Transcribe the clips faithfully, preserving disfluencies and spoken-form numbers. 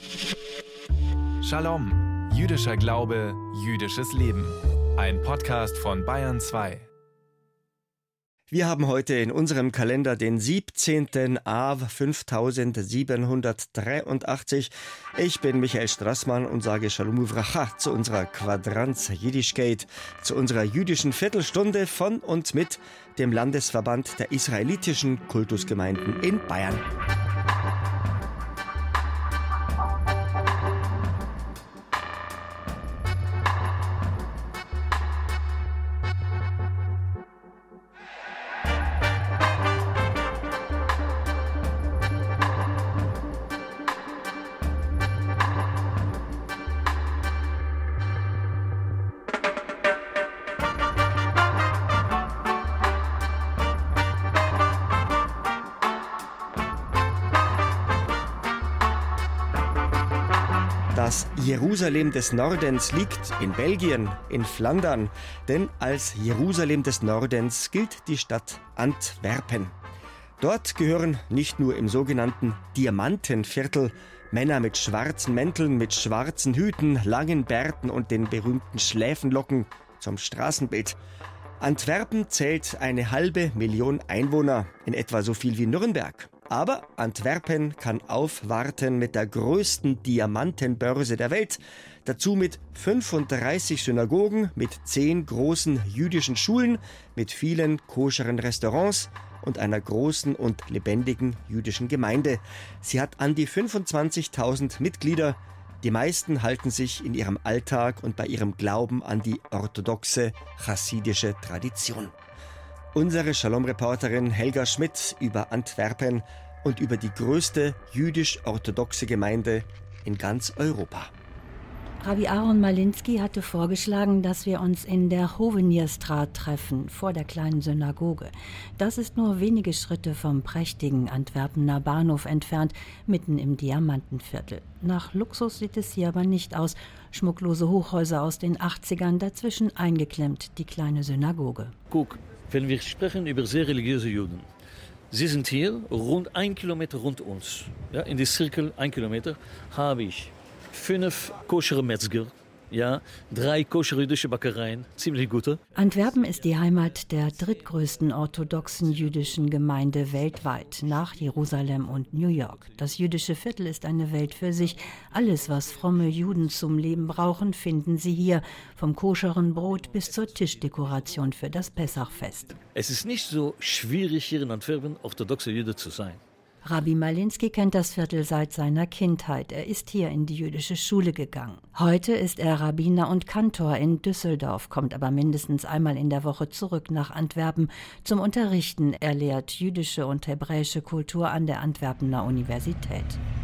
Shalom, jüdischer Glaube, jüdisches Leben. Ein Podcast von Bayern zwei. Wir haben heute in unserem Kalender den siebzehnten Av fünftausendsiebenhundertdreiundachtzig. Ich bin Michael Strassmann und sage Shalom Uvracha zu unserer Quadranz Jiddischkeit, zu unserer jüdischen Viertelstunde von und mit dem Landesverband der israelitischen Kultusgemeinden in Bayern. Das Jerusalem des Nordens liegt in Belgien, in Flandern, denn als Jerusalem des Nordens gilt die Stadt Antwerpen. Dort gehören nicht nur im sogenannten Diamantenviertel Männer mit schwarzen Mänteln, mit schwarzen Hüten, langen Bärten und den berühmten Schläfenlocken zum Straßenbild. Antwerpen zählt eine halbe Million Einwohner, in etwa so viel wie Nürnberg. Aber Antwerpen kann aufwarten mit der größten Diamantenbörse der Welt, dazu mit fünfunddreißig Synagogen, mit zehn großen jüdischen Schulen, mit vielen koscheren Restaurants und einer großen und lebendigen jüdischen Gemeinde. Sie hat an die fünfundzwanzigtausend Mitglieder. Die meisten halten sich in ihrem Alltag und bei ihrem Glauben an die orthodoxe chassidische Tradition. Unsere Shalom-Reporterin Helga Schmidt über Antwerpen und über die größte jüdisch-orthodoxe Gemeinde in ganz Europa. Rabbi Aaron Malinsky hatte vorgeschlagen, dass wir uns in der Hovenierstraat treffen, vor der kleinen Synagoge. Das ist nur wenige Schritte vom prächtigen Antwerpener Bahnhof entfernt, mitten im Diamantenviertel. Nach Luxus sieht es hier aber nicht aus. Schmucklose Hochhäuser aus den achtzigern, dazwischen eingeklemmt die kleine Synagoge. Guck, wenn wir sprechen über sehr religiöse Juden, sie sind hier rund ein Kilometer rund uns. Ja, in die Zirkel ein Kilometer habe ich fünf koschere Metzger, ja, drei koschere jüdische Bäckereien, ziemlich gute. Antwerpen ist die Heimat der drittgrößten orthodoxen jüdischen Gemeinde weltweit, nach Jerusalem und New York. Das jüdische Viertel ist eine Welt für sich. Alles, was fromme Juden zum Leben brauchen, finden sie hier, vom koscheren Brot bis zur Tischdekoration für das Pessachfest. Es ist nicht so schwierig, hier in Antwerpen orthodoxe Jüde zu sein. Rabbi Malinsky kennt das Viertel seit seiner Kindheit. Er ist hier in die jüdische Schule gegangen. Heute ist er Rabbiner und Kantor in Düsseldorf, kommt aber mindestens einmal in der Woche zurück nach Antwerpen zum Unterrichten. Er lehrt jüdische und hebräische Kultur an der Antwerpener Universität.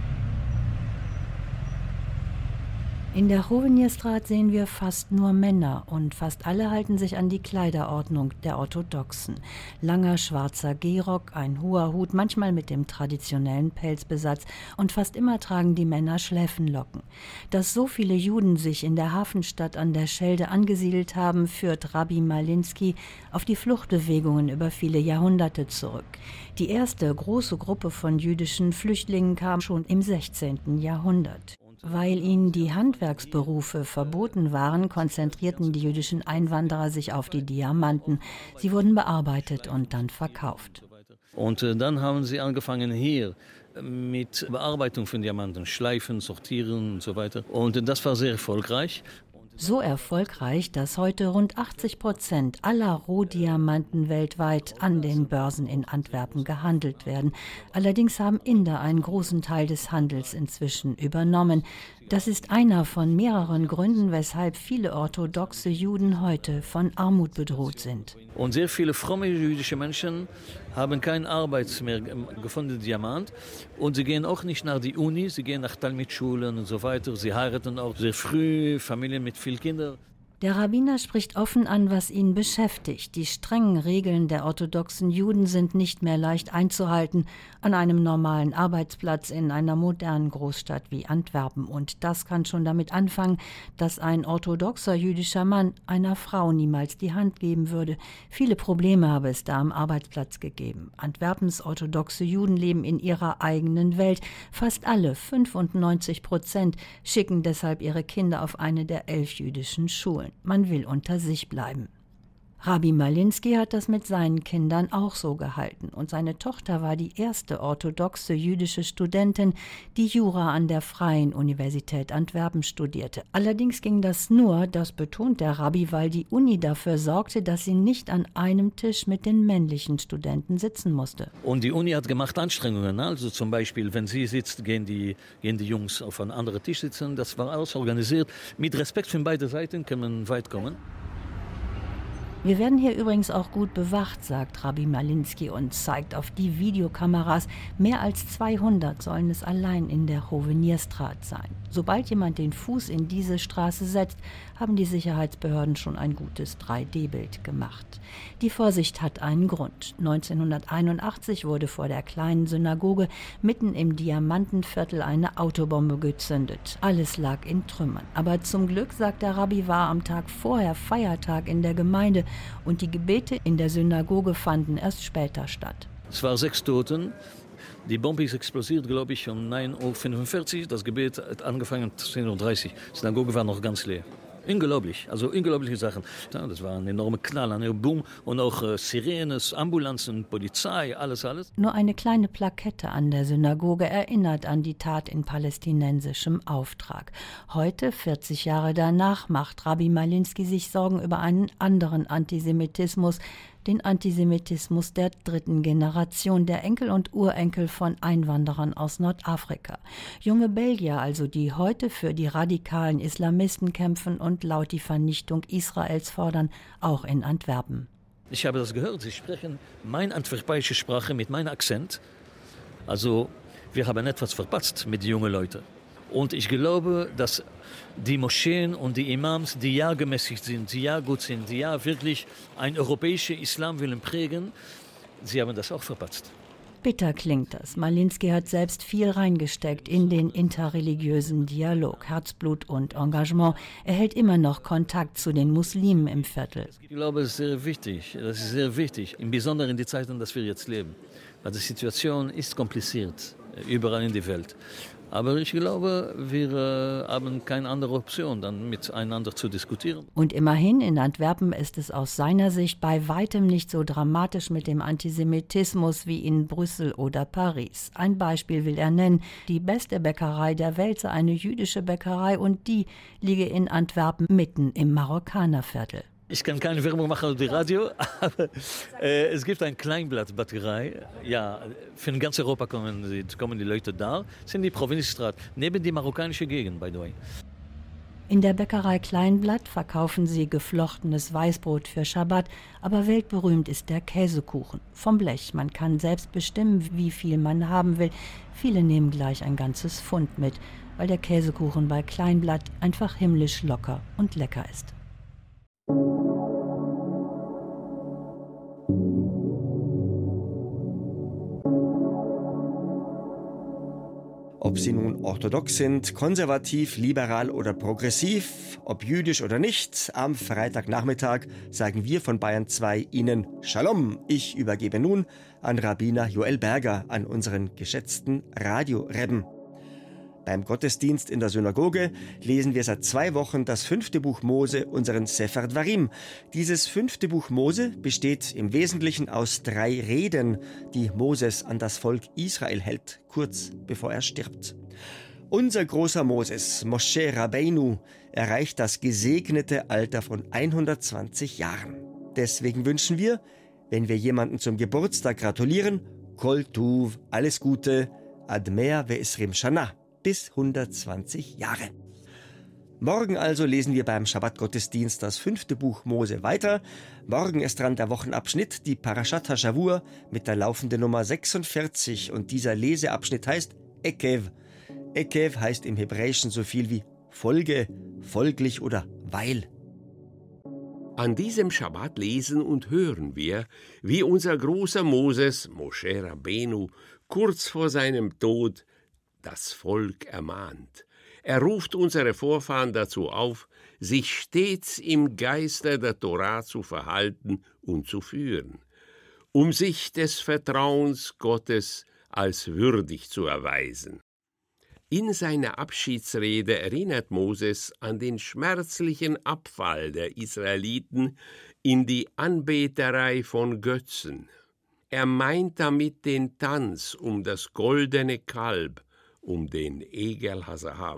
In der Hovenierstraat sehen wir fast nur Männer und fast alle halten sich an die Kleiderordnung der Orthodoxen. Langer schwarzer Gehrock, ein hoher Hut, manchmal mit dem traditionellen Pelzbesatz und fast immer tragen die Männer Schläfenlocken. Dass so viele Juden sich in der Hafenstadt an der Schelde angesiedelt haben, führt Rabbi Malinsky auf die Fluchtbewegungen über viele Jahrhunderte zurück. Die erste große Gruppe von jüdischen Flüchtlingen kam schon im sechzehnten Jahrhundert. Weil ihnen die Handwerksberufe verboten waren, konzentrierten die jüdischen Einwanderer sich auf die Diamanten. Sie wurden bearbeitet und dann verkauft. Und äh, dann haben sie angefangen hier mit Bearbeitung von Diamanten, Schleifen, Sortieren und so weiter. Und äh, das war sehr erfolgreich. So erfolgreich, dass heute rund achtzig Prozent aller Rohdiamanten weltweit an den Börsen in Antwerpen gehandelt werden. Allerdings haben Inder einen großen Teil des Handels inzwischen übernommen. Das ist einer von mehreren Gründen, weshalb viele orthodoxe Juden heute von Armut bedroht sind. Und sehr viele fromme jüdische Menschen haben keine Arbeit mehr gefunden, Diamant. Und sie gehen auch nicht nach die Uni, sie gehen nach Talmid-Schulen und so weiter. Sie heiraten auch sehr früh, Familien mit vielen Kindern. Der Rabbiner spricht offen an, was ihn beschäftigt. Die strengen Regeln der orthodoxen Juden sind nicht mehr leicht einzuhalten an einem normalen Arbeitsplatz in einer modernen Großstadt wie Antwerpen. Und das kann schon damit anfangen, dass ein orthodoxer jüdischer Mann einer Frau niemals die Hand geben würde. Viele Probleme habe es da am Arbeitsplatz gegeben. Antwerpens orthodoxe Juden leben in ihrer eigenen Welt. Fast alle, fünfundneunzig Prozent, schicken deshalb ihre Kinder auf eine der elf jüdischen Schulen. Man will unter sich bleiben. Rabbi Malinsky hat das mit seinen Kindern auch so gehalten. Und seine Tochter war die erste orthodoxe jüdische Studentin, die Jura an der Freien Universität Antwerpen studierte. Allerdings ging das nur, das betont der Rabbi, weil die Uni dafür sorgte, dass sie nicht an einem Tisch mit den männlichen Studenten sitzen musste. Und die Uni hat gemacht Anstrengungen. Also zum Beispiel, wenn sie sitzt, gehen die, gehen die Jungs auf einen anderen Tisch sitzen. Das war alles organisiert. Mit Respekt von beiden Seiten kann man weit kommen. Wir werden hier übrigens auch gut bewacht, sagt Rabbi Malinsky und zeigt auf die Videokameras. Mehr als zweihundert sollen es allein in der Hovenierstraat sein. Sobald jemand den Fuß in diese Straße setzt, haben die Sicherheitsbehörden schon ein gutes drei D Bild gemacht. Die Vorsicht hat einen Grund. neunzehnhunderteinundachtzig wurde vor der kleinen Synagoge mitten im Diamantenviertel eine Autobombe gezündet. Alles lag in Trümmern. Aber zum Glück, sagt der Rabbi, war am Tag vorher Feiertag in der Gemeinde und die Gebete in der Synagoge fanden erst später statt. Es waren sechs Toten. Die Bombe ist explodiert, glaube ich, um neun Uhr fünfundvierzig. Das Gebet hat angefangen um zehn Uhr dreißig. Die Synagoge war noch ganz leer. Unglaublich, also unglaubliche Sachen. Ja, das war ein enormer Knall, ein Boom und auch äh, Sirenes, Ambulanzen, Polizei, alles, alles. Nur eine kleine Plakette an der Synagoge erinnert an die Tat in palästinensischem Auftrag. Heute, vierzig Jahre danach, macht Rabbi Malinsky sich Sorgen über einen anderen Antisemitismus, den Antisemitismus der dritten Generation, der Enkel und Urenkel von Einwanderern aus Nordafrika. Junge Belgier also, die heute für die radikalen Islamisten kämpfen und laut die Vernichtung Israels fordern, auch in Antwerpen. Ich habe das gehört, sie sprechen meine antwerpeische Sprache mit meinem Akzent. Also wir haben etwas verpasst mit den jungen Leuten. Und ich glaube, dass die Moscheen und die Imams, die ja gemäßigt sind, die ja gut sind, die ja wirklich ein europäischer Islam willen prägen, sie haben das auch verpasst. Bitter klingt das. Malinsky hat selbst viel reingesteckt in den interreligiösen Dialog. Herzblut und Engagement. Er hält immer noch Kontakt zu den Muslimen im Viertel. Ich glaube, das ist sehr wichtig. Das ist sehr wichtig, im Besonderen in den Zeiten, in denen wir jetzt leben. Weil die Situation ist kompliziert, überall in der Welt. Aber ich glaube, wir äh, haben keine andere Option, dann miteinander zu diskutieren. Und immerhin, in Antwerpen ist es aus seiner Sicht bei weitem nicht so dramatisch mit dem Antisemitismus wie in Brüssel oder Paris. Ein Beispiel will er nennen: Die beste Bäckerei der Welt sei eine jüdische Bäckerei und die liege in Antwerpen mitten im Marokkanerviertel. Ich kann keine Werbung machen auf dem Radio, aber äh, es gibt eine Kleinblattbäckerei. Ja, für ganz Europa kommen die, kommen die Leute da. Das sind die Provinzstraße, neben die marokkanische Gegend, by the way. In der Bäckerei Kleinblatt verkaufen sie geflochtenes Weißbrot für Schabbat, aber weltberühmt ist der Käsekuchen vom Blech. Man kann selbst bestimmen, wie viel man haben will. Viele nehmen gleich ein ganzes Pfund mit, weil der Käsekuchen bei Kleinblatt einfach himmlisch locker und lecker ist. Ob sie nun orthodox sind, konservativ, liberal oder progressiv, ob jüdisch oder nicht, am Freitagnachmittag sagen wir von Bayern zwei Ihnen Shalom. Ich übergebe nun an Rabbiner Joel Berger, an unseren geschätzten Radio-Rebben. Beim Gottesdienst in der Synagoge lesen wir seit zwei Wochen das fünfte Buch Mose, unseren Sefer Dvarim. Dieses fünfte Buch Mose besteht im Wesentlichen aus drei Reden, die Moses an das Volk Israel hält, kurz bevor er stirbt. Unser großer Moses, Moshe Rabbeinu, erreicht das gesegnete Alter von hundertzwanzig Jahren. Deswegen wünschen wir, wenn wir jemanden zum Geburtstag gratulieren, Kol Tuv, alles Gute, Ad Mea ve'esrim Shana, bis hundertzwanzig Jahre. Morgen also lesen wir beim Schabbat-Gottesdienst das fünfte Buch Mose weiter. Morgen ist dran der Wochenabschnitt, die Parashat HaShavua mit der laufenden Nummer sechsundvierzig. Und dieser Leseabschnitt heißt Ekev. Ekev heißt im Hebräischen so viel wie Folge, folglich oder weil. An diesem Schabbat lesen und hören wir, wie unser großer Moses, Moshe Rabbeinu, kurz vor seinem Tod das Volk ermahnt. Er ruft unsere Vorfahren dazu auf, sich stets im Geiste der Tora zu verhalten und zu führen, um sich des Vertrauens Gottes als würdig zu erweisen. In seiner Abschiedsrede erinnert Moses an den schmerzlichen Abfall der Israeliten in die Anbeterei von Götzen. Er meint damit den Tanz um das goldene Kalb, um den Egel Hazahav.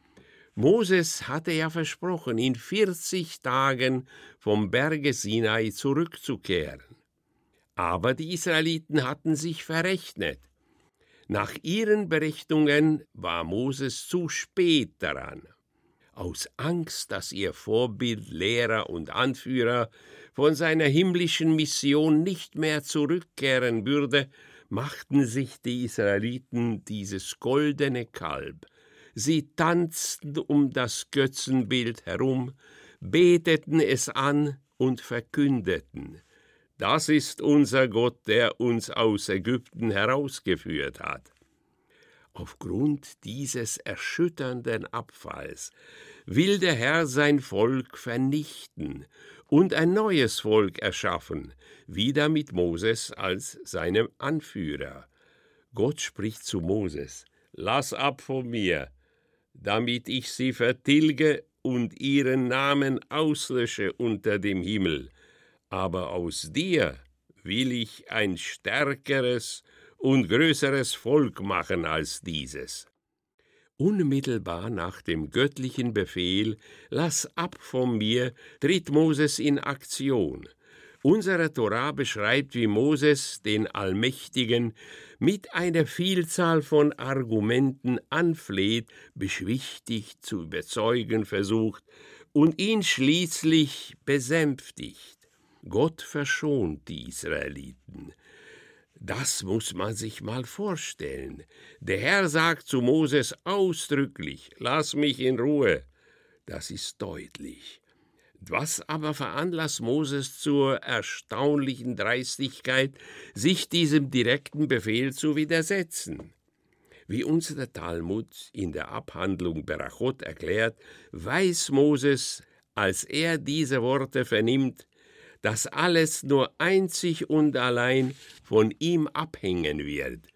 Moses hatte ja versprochen, in vierzig Tagen vom Berge Sinai zurückzukehren. Aber die Israeliten hatten sich verrechnet. Nach ihren Berechnungen war Moses zu spät daran. Aus Angst, dass ihr Vorbild, Lehrer und Anführer von seiner himmlischen Mission nicht mehr zurückkehren würde, machten sich die Israeliten dieses goldene Kalb. Sie tanzten um das Götzenbild herum, beteten es an und verkündeten: Das ist unser Gott, der uns aus Ägypten herausgeführt hat. Aufgrund dieses erschütternden Abfalls will der Herr sein Volk vernichten und ein neues Volk erschaffen, wieder mit Moses als seinem Anführer. Gott spricht zu Moses: Lass ab von mir, damit ich sie vertilge und ihren Namen auslösche unter dem Himmel. Aber aus dir will ich ein stärkeres und größeres Volk machen als dieses. Unmittelbar nach dem göttlichen Befehl, lass ab von mir, tritt Moses in Aktion. Unsere Tora beschreibt, wie Moses den Allmächtigen mit einer Vielzahl von Argumenten anfleht, beschwichtigt, zu überzeugen versucht und ihn schließlich besänftigt. Gott verschont die Israeliten. Das muss man sich mal vorstellen. Der Herr sagt zu Moses ausdrücklich: Lass mich in Ruhe. Das ist deutlich. Was aber veranlasst Moses zur erstaunlichen Dreistigkeit, sich diesem direkten Befehl zu widersetzen? Wie uns der Talmud in der Abhandlung Berachot erklärt, weiß Moses, als er diese Worte vernimmt, dass alles nur einzig und allein von ihm abhängen wird.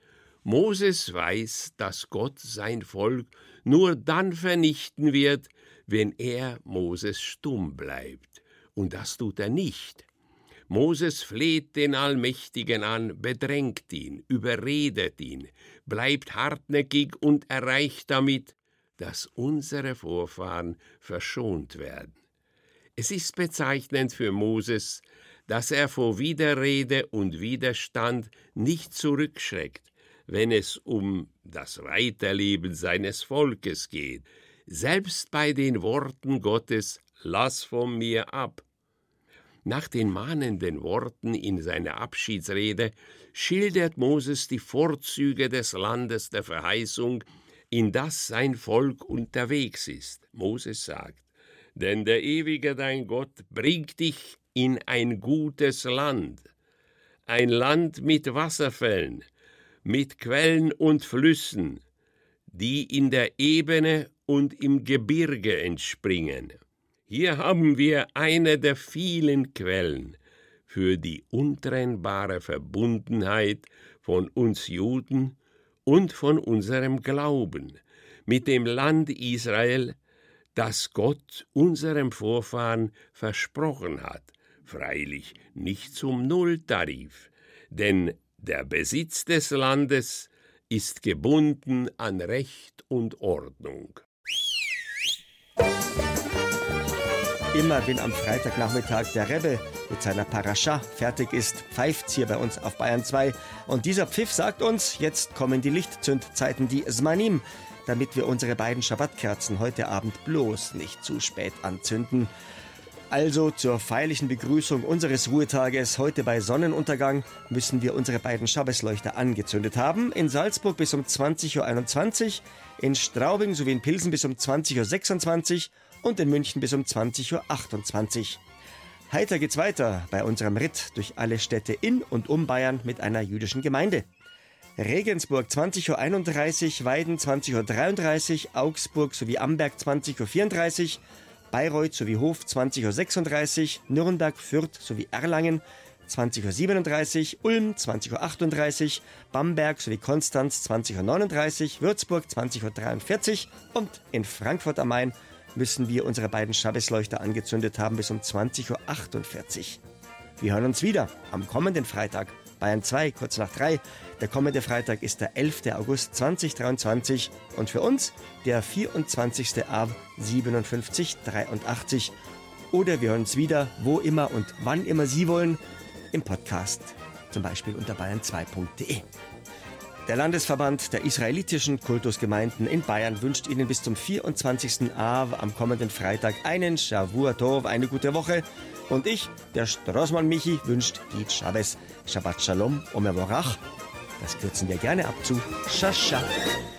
Moses weiß, dass Gott sein Volk nur dann vernichten wird, wenn er, Moses, stumm bleibt. Und das tut er nicht. Moses fleht den Allmächtigen an, bedrängt ihn, überredet ihn, bleibt hartnäckig und erreicht damit, dass unsere Vorfahren verschont werden. Es ist bezeichnend für Moses, dass er vor Widerrede und Widerstand nicht zurückschreckt, wenn es um das Weiterleben seines Volkes geht. Selbst bei den Worten Gottes: Lass von mir ab. Nach den mahnenden Worten in seiner Abschiedsrede schildert Moses die Vorzüge des Landes der Verheißung, in das sein Volk unterwegs ist. Moses sagt: Denn der ewige dein Gott bringt dich in ein gutes Land, ein Land mit Wasserfällen, mit Quellen und Flüssen, die in der Ebene und im Gebirge entspringen. Hier haben wir eine der vielen Quellen für die untrennbare Verbundenheit von uns Juden und von unserem Glauben mit dem Land Israel, das Gott unserem Vorfahren versprochen hat, freilich nicht zum Nulltarif, denn der Besitz des Landes ist gebunden an Recht und Ordnung. Immer wenn am Freitagnachmittag der Rebbe mit seiner Parascha fertig ist, pfeift's hier bei uns auf Bayern zwei. Und dieser Pfiff sagt uns, jetzt kommen die Lichtzündzeiten, die Zmanim, damit wir unsere beiden Schabbatkerzen heute Abend bloß nicht zu spät anzünden. Also zur feierlichen Begrüßung unseres Ruhetages heute bei Sonnenuntergang müssen wir unsere beiden Schabbasleuchter angezündet haben. In Salzburg bis um zwanzig Uhr einundzwanzig, in Straubing sowie in Pilsen bis um zwanzig Uhr sechsundzwanzig und in München bis um zwanzig Uhr achtundzwanzig. Heiter geht's weiter bei unserem Ritt durch alle Städte in und um Bayern mit einer jüdischen Gemeinde. Regensburg zwanzig Uhr einunddreißig, Weiden zwanzig Uhr dreiunddreißig, Augsburg sowie Amberg zwanzig Uhr vierunddreißig, Bayreuth sowie Hof zwanzig Uhr sechsunddreißig, Nürnberg, Fürth sowie Erlangen zwanzig Uhr siebenunddreißig, Ulm zwanzig Uhr achtunddreißig, Bamberg sowie Konstanz zwanzig Uhr neununddreißig, Würzburg zwanzig Uhr dreiundvierzig und in Frankfurt am Main müssen wir unsere beiden Schabbesleuchter angezündet haben bis um zwanzig Uhr achtundvierzig. Wir hören uns wieder am kommenden Freitag, Bayern zwei, kurz nach drei. Der kommende Freitag ist der elfter August zweitausenddreiundzwanzig und für uns der vierundzwanzigster Av siebenundfünfzig dreiundachtzig. Oder wir hören uns wieder, wo immer und wann immer Sie wollen, im Podcast, zum Beispiel unter bayern zwei punkt de. Der Landesverband der israelitischen Kultusgemeinden in Bayern wünscht Ihnen bis zum vierundzwanzigsten Av am kommenden Freitag einen Shavua Tov, eine gute Woche. Und ich, der Strassmann Michi, wünscht Git Shabbos, Shabbat Shalom, Omer Borach. Das kürzen wir gerne ab zu Shasha.